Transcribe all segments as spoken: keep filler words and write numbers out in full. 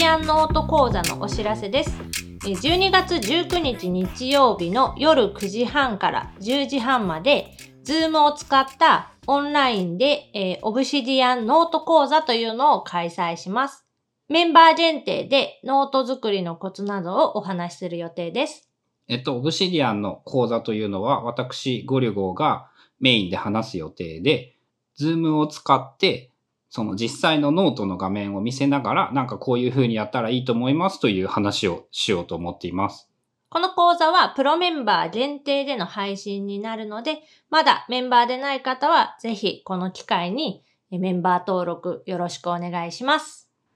ディアンノート講座のお知らせです。じゅうにがつじゅうくにち日曜日の夜くじはんからじゅうじはんまで Zoom を使ったオンラインで、えー、オブシディアンノート講座というのを開催します。メンバー限定でノート作りのコツなどをお話しする予定です。 えっと、オブシディアンの講座というのは私、ゴリュゴがメインで話す予定で、Zoom を使って、その実際のノートの画面を見せながら、なんかこういう風にやったらいいと思いますという話をしようと思っています。 この講座はプロメンバー限定での配信になるので、まだメンバーでない方はぜひこの機会にメンバー登録よろしくお願いします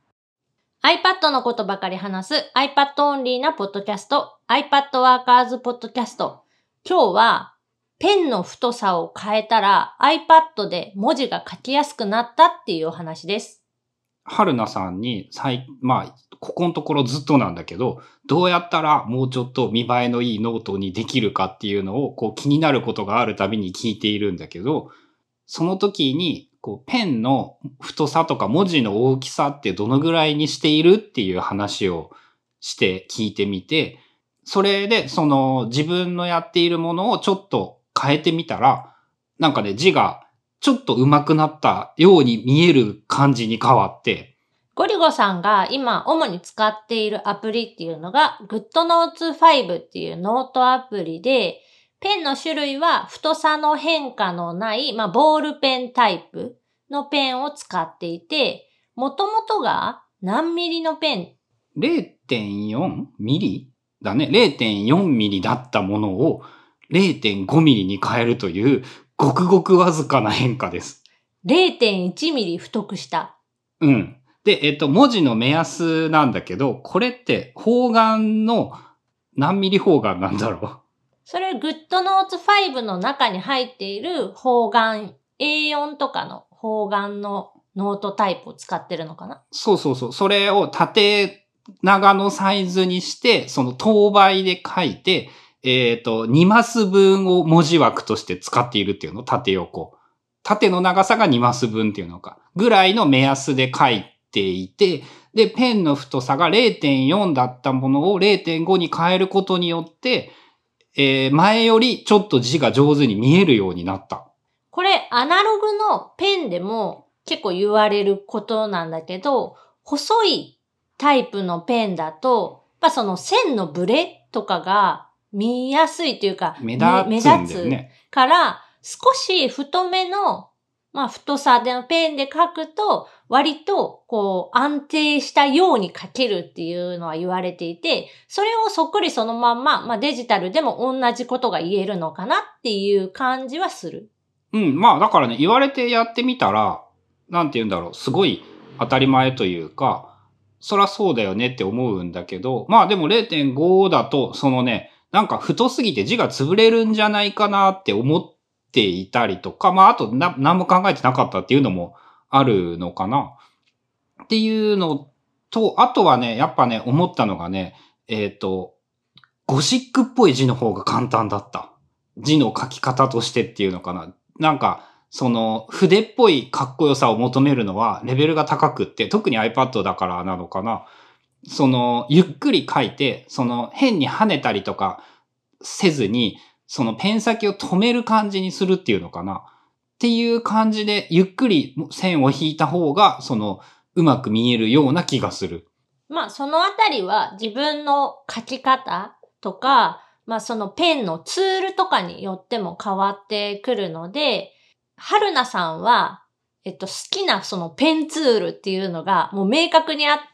。iPad のことばかり話す iPad オンリーなポッドキャスト iPad Workers ポッドキャスト。今日はペンの太さを変えたら iPad で文字が書きやすくなったっていうお話です。 春菜さんに最、まあ、ここのところずっとなんだけど、どうやったらもうちょっと見栄えのいいノートにできるかっていうのをこう気になることがあるたびに聞いているんだけど、その時にこうペンの太さとか文字の大きさってどのぐらいにしているっていう話をして聞いてみて、それでその自分のやっているものをちょっと変えてみたら、なんかね字がちょっと上手くなったように見える感じに変わって。 ゴリゴさんが今主に使っているアプリっていうのが GoodNotes ファイブっていうノートアプリで、ペンの種類は太さの変化のない、まあ、ボールペンタイプのペンを使っていて、もともとが何ミリのペンれいてんよん ミリだね。れいてんよん ミリだったものを れいてんご ミリに変えるというごくごくわずかな変化です。 れいてんいち ミリ太くした。 うん。で、えっと、文字の目安なんだけど、これって方眼の何ミリ方眼なんだろう。 それ GoodNotes ファイブの中に入っている方眼 エーよん とかの方眼のノートタイプを使ってるのかな？ そうそうそう。それを縦長のサイズにして、その等倍で書いて、えっと、にマス分を文字枠として使っているっていうの、縦横。縦の長さがにマス分っていうのか。ぐらいの目安で書いていて、で、ペンの太さが れいてんよん だったものを れいてんご に変えることによって、えー、前よりちょっと字が上手に見えるようになった。 これアナログのペンでも結構言われることなんだけど、細いタイプのペンだと、やっぱその線のブレとかが見やすいというか、 目立つんだよね。 から、少し太めの、まあ太さでのペンで書くと、割とこう安定したように書けるっていうのは言われていて、それをそっくりそのまんま、まあデジタルでも同じことが言えるのかなっていう感じはする。 うん、まあだからね、言われてやってみたら、なんて言うんだろう、すごい当たり前というか、そらそうだよねって思うんだけど、まあでも れいてんご だと、そのね、なんか太すぎて字が潰れるんじゃないかなって思っていたりとか、まああとな何も考えてなかったっていうのもあるのかなっていうのと、あとはね、やっぱね、思ったのがね、えっと、ゴシックっぽい字の方が簡単だった。字の書き方としてっていうのかな。なんか、その、筆っぽいかっこよさを求めるのはレベルが高くって、特に iPad だからなのかな。その、ゆっくり書いて、その、変に跳ねたりとかせずに、そのペン先を止める感じにするっていうのかな。っていう感じで、ゆっくり線を引いた方が、その、うまく見えるような気がする。 まあそのあたりは自分の書き方とか、まあそのペンのツールとかによっても変わってくるので、春菜さんは、えっと好きなそのペンツールっていうのがもう明確にあって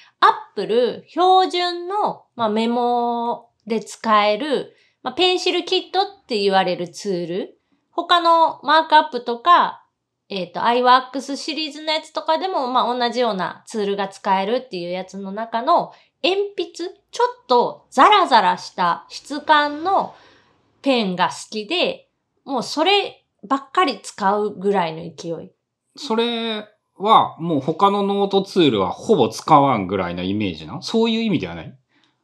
、Apple 標準の、まあ、メモで使える、まあ、ペンシルキットって言われるツール。他のマークアップとか、えっと、iWorks シリーズのやつとかでも、まあ、同じようなツールが使えるっていうやつの中の鉛筆、ちょっとザラザラした質感のペンが好きで、もうそればっかり使うぐらいの勢い。 それはもう他のノートツールはほぼ使わんぐらいのイメージな。そういう意味ではない？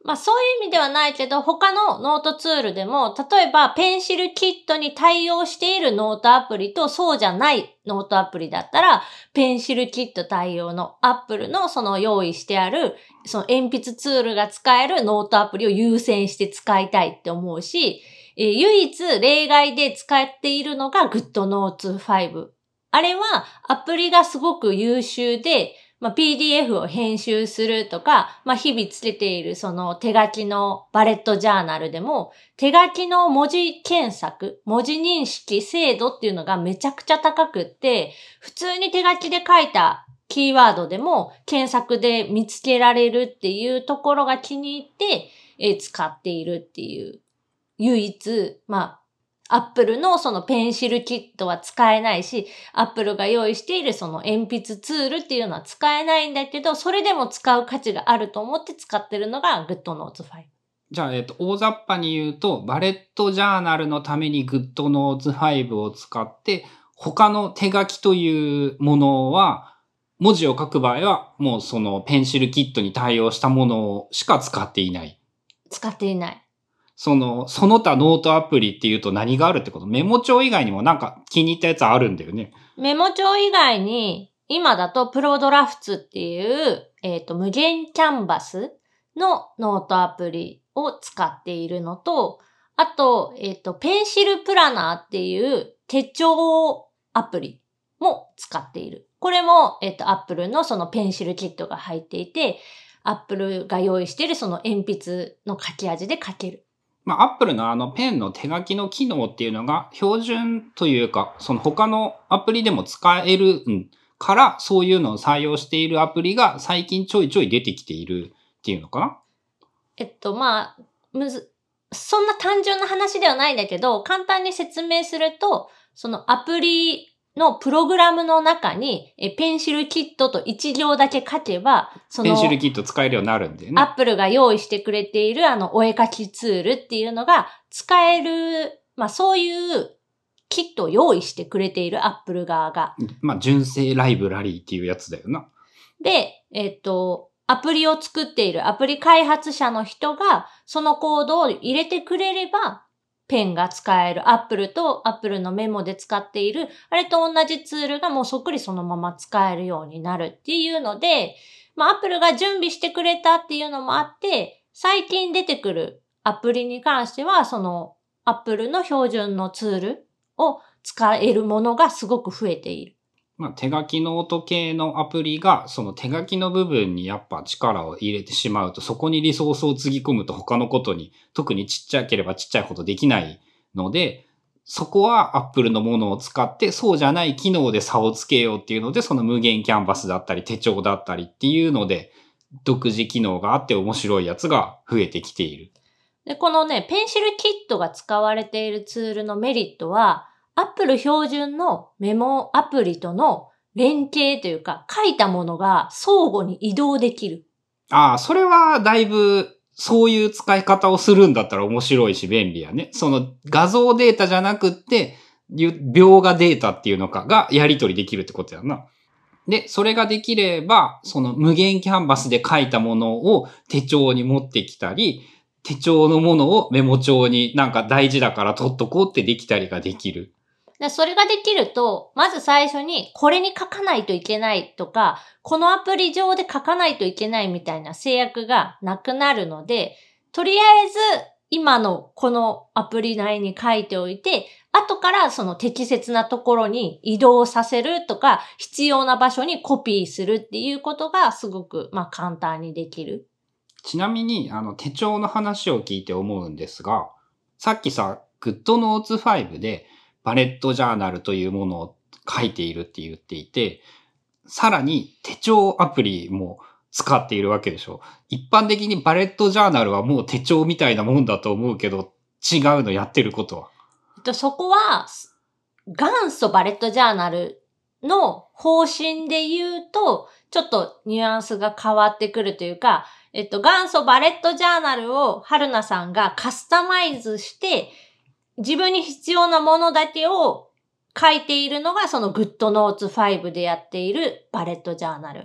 まあそういう意味ではないけど、他のノートツールでも、例えばペンシルキットに対応しているノートアプリとそうじゃないノートアプリだったら、ペンシルキット対応の Apple のその用意してある、その鉛筆ツールが使えるノートアプリを優先して使いたいって思うし、えー唯一例外で使っているのが GoodNotes ファイブ。あれはアプリがすごく優秀で、まあ、ピーディーエフ を編集するとか、まあ、日々つけているその手書きのバレットジャーナルでも、手書きの文字検索、文字認識精度っていうのがめちゃくちゃ高くって、普通に手書きで書いたキーワードでも検索で見つけられるっていうところが気に入って、えー使っているっていう。唯一、まあ、Apple のそのペンシルキットは使えないし、Apple が用意しているその鉛筆ツールっていうのは使えないんだけど、それでも使う価値があると思って使ってるのが GoodNotes ファイブ。 じゃあ、えっと、大雑把に言うと、バレットジャーナルのために GoodNotes ファイブを使って、他の手書きというものは、文字を書く場合は、もうそのペンシルキットに対応したものしか使っていない。 使っていない。 その、その他ノートアプリっていうと何があるってこと？メモ帳以外にもなんか気に入ったやつあるんだよね。 メモ帳以外に、今だとプロドラフツっていう、えっと、無限キャンバスのノートアプリを使っているのと、あと、えっと、ペンシルプラナーっていう手帳アプリも使っている。これも、えっと、Apple のそのペンシルキットが入っていて、Apple が用意しているその鉛筆の書き味で書ける。 まあ、Apple のあのペンの手書きの機能っていうのが標準というか、その他のアプリでも使えるから、そういうのを採用しているアプリが最近ちょいちょい出てきているっていうのかな？ えっと、まあ、むず、そんな単純な話ではないんだけど、簡単に説明すると、そのアプリのプログラムの中に、えペンシルキットと一行だけ書けば、その、 ペンシルキット使えるようになるんだよね。 アップルが用意してくれているあの、お絵描きツールっていうのが使える、まあそういうキットを用意してくれているアップル側が。 まあ、純正ライブラリーっていうやつだよな。 で、えっと、アプリを作っているアプリ開発者の人が、そのコードを入れてくれれば、ペンが使える。Apple と Apple のメモで使っている、あれと同じツールがもうそっくりそのまま使えるようになるっていうので、まあ Apple が準備してくれたっていうのもあって、最近出てくるアプリに関しては、その Apple の標準のツールを使えるものがすごく増えている。 まあ、手書きノート系のアプリが、その手書きの部分にやっぱ力を入れてしまうと、そこにリソースをつぎ込むと他のことに、特にちっちゃければちっちゃいほどできないので、そこは Apple のものを使って、そうじゃない機能で差をつけようっていうので、その無限キャンバスだったり手帳だったりっていうので、独自機能があって面白いやつが増えてきている。 で、このね、ペンシルキットが使われているツールのメリットは、Apple 標準のメモアプリとの連携というか、書いたものが相互に移動できる。 ああ、それはだいぶ、そういう使い方をするんだったら面白いし便利やね。その画像データじゃなくって、描画データっていうのかがやり取りできるってことやな。で、それができれば、その無限キャンバスで書いたものを手帳に持ってきたり、手帳のものをメモ帳になんか大事だから取っとこうってできたりができる。 でそれができると、まず最初にこれに書かないといけないとか、このアプリ上で書かないといけないみたいな制約がなくなるので、とりあえず今のこのアプリ内に書いておいて、後からその適切なところに移動させるとか、必要な場所にコピーするっていうことがすごくまあ簡単にできる。 ちなみに、あの、手帳の話を聞いて思うんですが、さっきさ、GoodNotes ファイブでバレットジャーナルというものを書いているって言っていて、さらに手帳アプリも使っているわけでしょ。一般的にバレットジャーナルはもう手帳みたいなもんだと思うけど、違うのやってることは。 そこは、元祖バレットジャーナルの方針で言うと、ちょっとニュアンスが変わってくるというか、えっと、元祖バレットジャーナルを春菜さんがカスタマイズして、自分に必要なものだけを書いているのがその GoodNotes ファイブでやっているバレットジャーナル。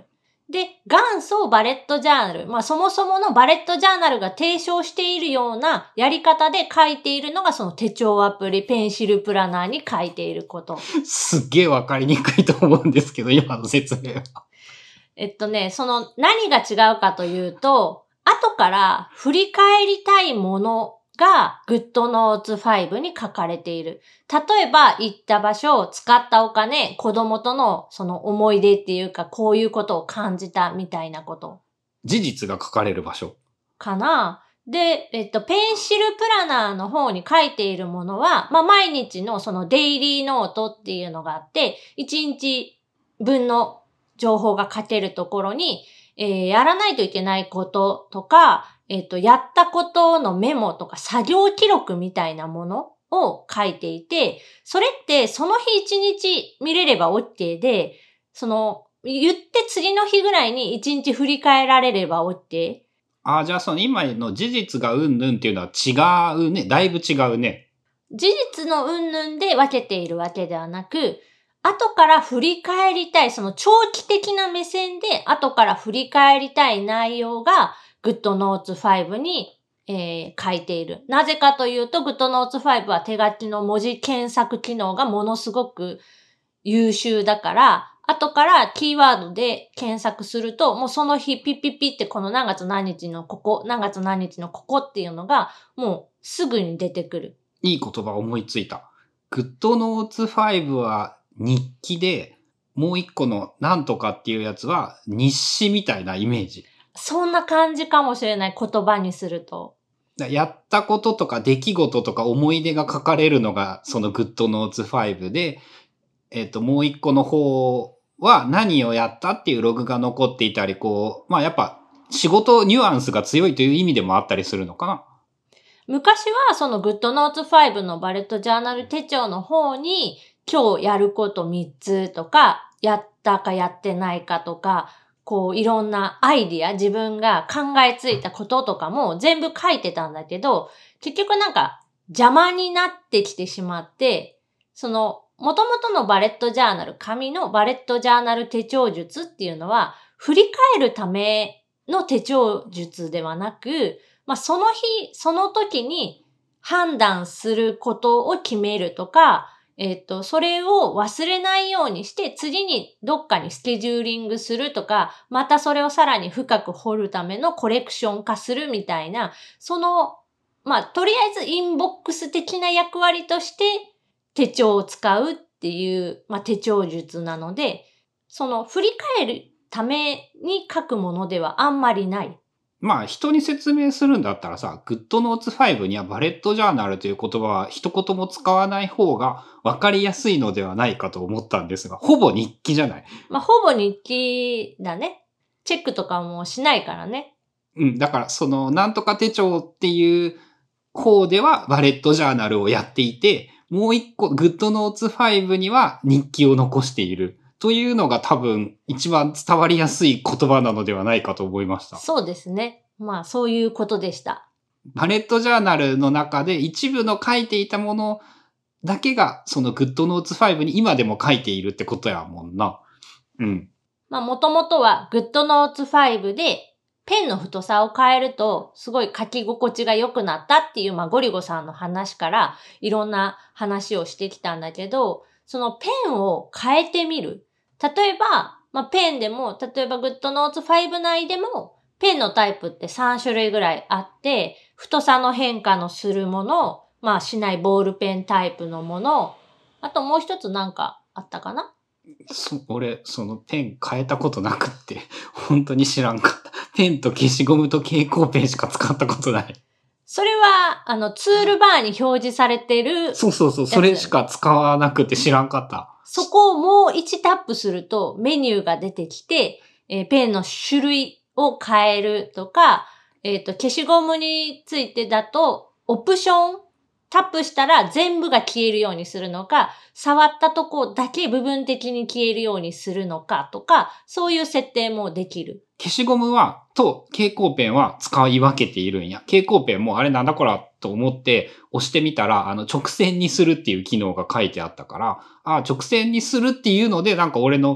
で、元祖バレットジャーナル。まあそもそものバレットジャーナルが提唱しているようなやり方で書いているのがその手帳アプリ、ペンシルプラナーに書いていること。 すっげえわかりにくいと思うんですけど、今の説明は。 えっとね、その何が違うかというと、後から振り返りたいものが GoodNotes ファイブに書かれている。例えば、行った場所、使ったお金、子供とのその思い出っていうか、こういうことを感じたみたいなこと。 事実が書かれる場所。 かな。で、えっと、ペンシルプラナーの方に書いているものは、まあ、毎日のそのデイリーノートっていうのがあって、いちにちぶんの情報が書けるところに、えー、やらないといけないこととか、えっと、やったことのメモとか作業記録みたいなものを書いていて、それってその日一日見れれば OK で、その、言って次の日ぐらいに一日振り返られれば OK。 ああ、じゃあその今の事実がうんぬんっていうのは違うね。だいぶ違うね。 事実のうんぬんで分けているわけではなく、後から振り返りたい、その長期的な目線で後から振り返りたい内容が GoodNotes ファイブに、えー、書いている。なぜかというと GoodNotes ファイブは手書きの文字検索機能がものすごく優秀だから、後からキーワードで検索すると、もうその日ピッピッピってこの何月何日のここ、何月何日のここっていうのがもうすぐに出てくる。 いい言葉思いついた。GoodNotes ファイブは日記で、もう一個のなんとかっていうやつは日誌みたいなイメージ。 そんな感じかもしれない、言葉にすると。 やったこととか出来事とか思い出が書かれるのがその GoodNotes ファイブで、えっと、もう一個の方は何をやったっていうログが残っていたり、こう、まあやっぱ仕事ニュアンスが強いという意味でもあったりするのかな。 昔はその GoodNotes ファイブのバレットジャーナル手帳の方に今日やることみっつとか、やったかやってないかとか、こういろんなアイディア、自分が考えついたこととかも全部書いてたんだけど、結局なんか邪魔になってきてしまって、その元々のバレットジャーナル、紙のバレットジャーナル手帳術っていうのは、振り返るための手帳術ではなく、まあその日、その時に判断することを決めるとか、えっと、それを忘れないようにして、次にどっかにスケジューリングするとか、またそれをさらに深く掘るためのコレクション化するみたいな、その、まあ、とりあえずインボックス的な役割として手帳を使うっていう、まあ、手帳術なので、その振り返るために書くものではあんまりない。 まあ人に説明するんだったらさ、GoodNotes ファイブにはバレットジャーナルという言葉は一言も使わない方が分かりやすいのではないかと思ったんですが、ほぼ日記じゃない。 まあほぼ日記だね。チェックとかもしないからね。 うん、だからそのなんとか手帳っていう方ではバレットジャーナルをやっていて、もう一個 GoodNotes ファイブには日記を残している。というのが多分一番伝わりやすい言葉なのではないかと思いました。 そうですね。まあそういうことでした。 バレットジャーナルの中で一部の書いていたものだけがその GoodNotes ファイブに今でも書いているってことやもんな。うん。 まあもともとは GoodNotes ファイブでペンの太さを変えるとすごい書き心地が良くなったっていう、まあゴリゴさんの話からいろんな話をしてきたんだけど、そのペンを変えてみる。例えば、まあ、ペンでも、例えば GoodNotes ファイブ内でも、ペンのタイプってさんしゅるいぐらいあって、太さの変化のするもの、まあしないボールペンタイプのもの、あともう一つなんかあったかな？ そ俺、そのペン変えたことなくって、本当に知らんかった。ペンと消しゴムと蛍光ペンしか使ったことない。 それは、あの、ツールバーに表示されてる。 そうそうそう、それしか使わなくて知らんかった。 そこをもういちタップするとメニューが出てきて、えー、ペンの種類を変えるとか、えっと、消しゴムについてだと、オプション、タップしたら全部が消えるようにするのか、触ったとこだけ部分的に消えるようにするのかとか、そういう設定もできる。 消しゴムは、と蛍光ペンは使い分けているんや。蛍光ペンもあれなんだこらと思って押してみたら、あの直線にするっていう機能が書いてあったから、あ直線にするっていうので、なんか俺の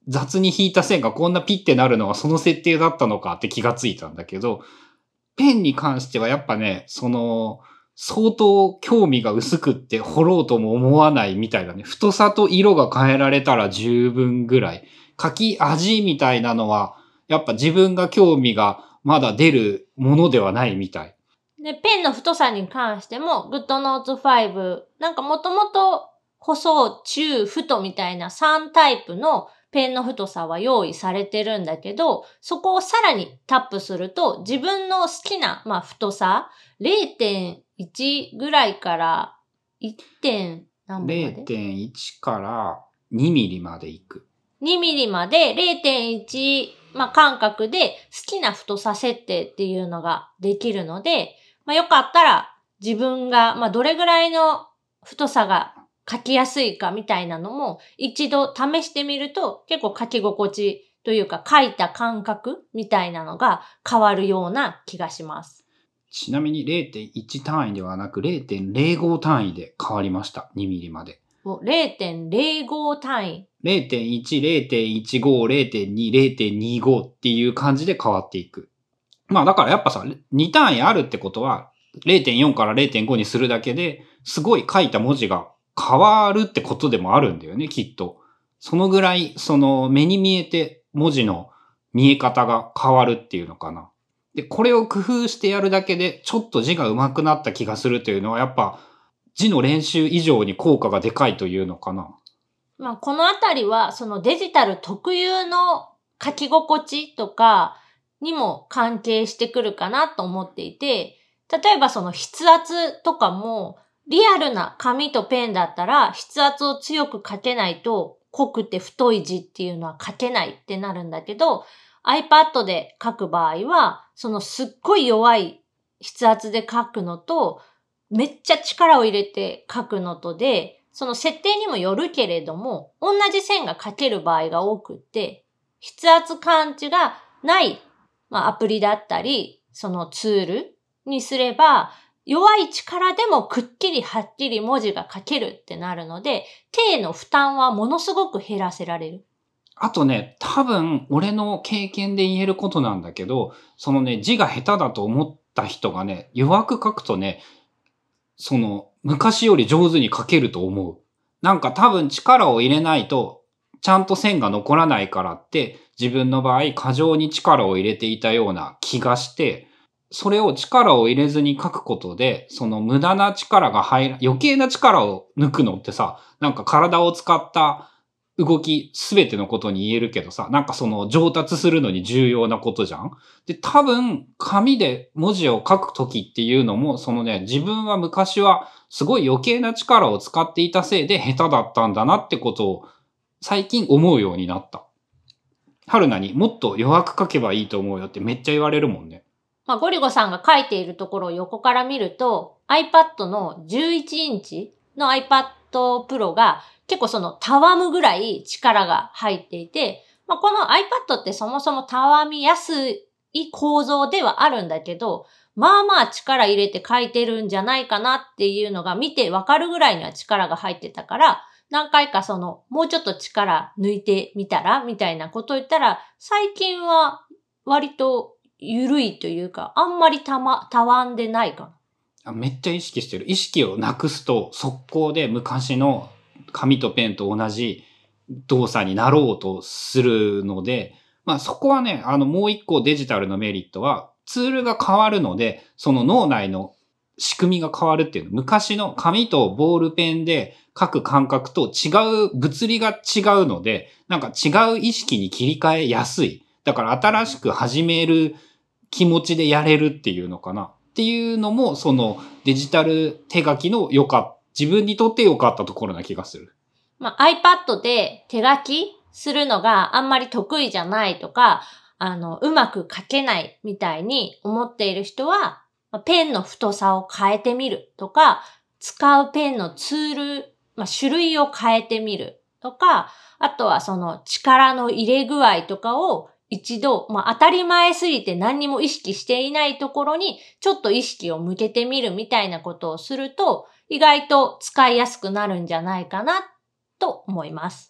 雑に引いた線がこんなピッてなるのはその設定だったのかって気がついたんだけど、ペンに関してはやっぱね、その、相当興味が薄くって掘ろうとも思わないみたいだね。太さと色が変えられたら十分ぐらい。書き味みたいなのは、やっぱ自分が興味がまだ出るものではないみたい。 で、ペンの太さに関しても、GoodNotes ファイブ、なんかもともと細、中、太みたいなさんタイプのペンの太さは用意されてるんだけど、そこをさらにタップすると、自分の好きな、まあ、太さ、れいてんいちぐらいからいってん何本までれいてんいち からにミリまでいく。 にミリまで れいてんいち、まあ、間隔で好きな太さ設定っていうのができるので、まあ、よかったら自分が、まあ、どれぐらいの太さが書きやすいかみたいなのも一度試してみると結構書き心地というか書いた感覚みたいなのが変わるような気がします。 ちなみに れいてんいち 単位ではなく れいてんれいご 単位で変わりました。にミリまで。 れいてんれいご 単位。 れいてんいち、れいてんいちご、れいてんに、れいてんにご っていう感じで変わっていく。まあだからやっぱさ、に単位あるってことは れいてんよん から れいてんご にするだけですごい書いた文字が変わるってことでもあるんだよね、きっと。そのぐらい、その目に見えて文字の見え方が変わるっていうのかな。で、これを工夫してやるだけでちょっと字が上手くなった気がするというのはやっぱ字の練習以上に効果がでかいというのかな。 まあ、このあたりは、そのデジタル特有の書き心地とかにも関係してくるかなと思っていて、例えばその筆圧とかも、リアルな紙とペンだったら、筆圧を強く書けないと、濃くて太い字っていうのは書けないってなるんだけど、iPad で書く場合は、そのすっごい弱い筆圧で書くのと、めっちゃ力を入れて書くのとで、その設定にもよるけれども、同じ線が書ける場合が多くって、筆圧感知がない、まあ、アプリだったり、そのツールにすれば、弱い力でもくっきりはっきり文字が書けるってなるので、手への負担はものすごく減らせられる。 あとね、多分俺の経験で言えることなんだけど、そのね、字が下手だと思った人がね、弱く書くとね、その、昔より上手に書けると思う。なんか多分力を入れないと、ちゃんと線が残らないからって、自分の場合過剰に力を入れていたような気がして、それを力を入れずに書くことで、その無駄な力が入ら、余計な力を抜くのってさ、なんか体を使った動きすべてのことに言えるけどさ、なんかその上達するのに重要なことじゃん。で、多分紙で文字を書くときっていうのも、そのね、自分は昔はすごい余計な力を使っていたせいで下手だったんだなってことを最近思うようになった。春菜にもっと弱く書けばいいと思うよってめっちゃ言われるもんね。 まあ、ゴリゴさんが書いているところを横から見ると、iPad のじゅういちインチの iPad Pro が結構そのたわむぐらい力が入っていて、まあ、この iPad ってそもそもたわみやすい構造ではあるんだけど、まあまあ力入れて書いてるんじゃないかなっていうのが見てわかるぐらいには力が入ってたから、何回かその、もうちょっと力抜いてみたらみたいなことを言ったら、最近は割と緩いというか、あんまりたま、たわんでないかな。めっちゃ意識してる。意識をなくすと速攻で昔の紙とペンと同じ動作になろうとするので、まあそこはね、あのもう一個デジタルのメリットは、ツールが変わるので、その脳内の仕組みが変わるっていうの。昔の紙とボールペンで書く感覚と違う、物理が違うので、なんか違う意識に切り替えやすい。だから新しく始める気持ちでやれるっていうのかな。っていうのも、そのデジタル手書きの良かった、自分にとって良かったところな気がする。 まあ、iPad で手書きするのがあんまり得意じゃないとか、あの、うまく書けないみたいに思っている人は、ペンの太さを変えてみるとか、使うペンのツール、まあ、種類を変えてみるとか、あとはその力の入れ具合とかを一度、まあ、当たり前すぎて何にも意識していないところにちょっと意識を向けてみるみたいなことをすると、意外と使いやすくなるんじゃないかなと思います。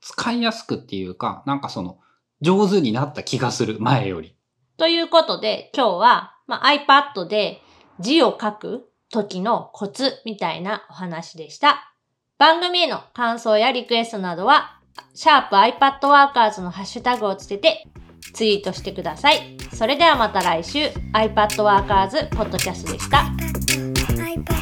使いやすくっていうか、なんかその、上手になった気がする、前より。 ということで、今日は、まあ、iPad で字を書く時のコツみたいなお話でした。番組への感想やリクエストなどは、シャープ iPadWorkers のハッシュタグをつけてツイートしてください。それではまた来週、iPadWorkers ポッドキャストでした。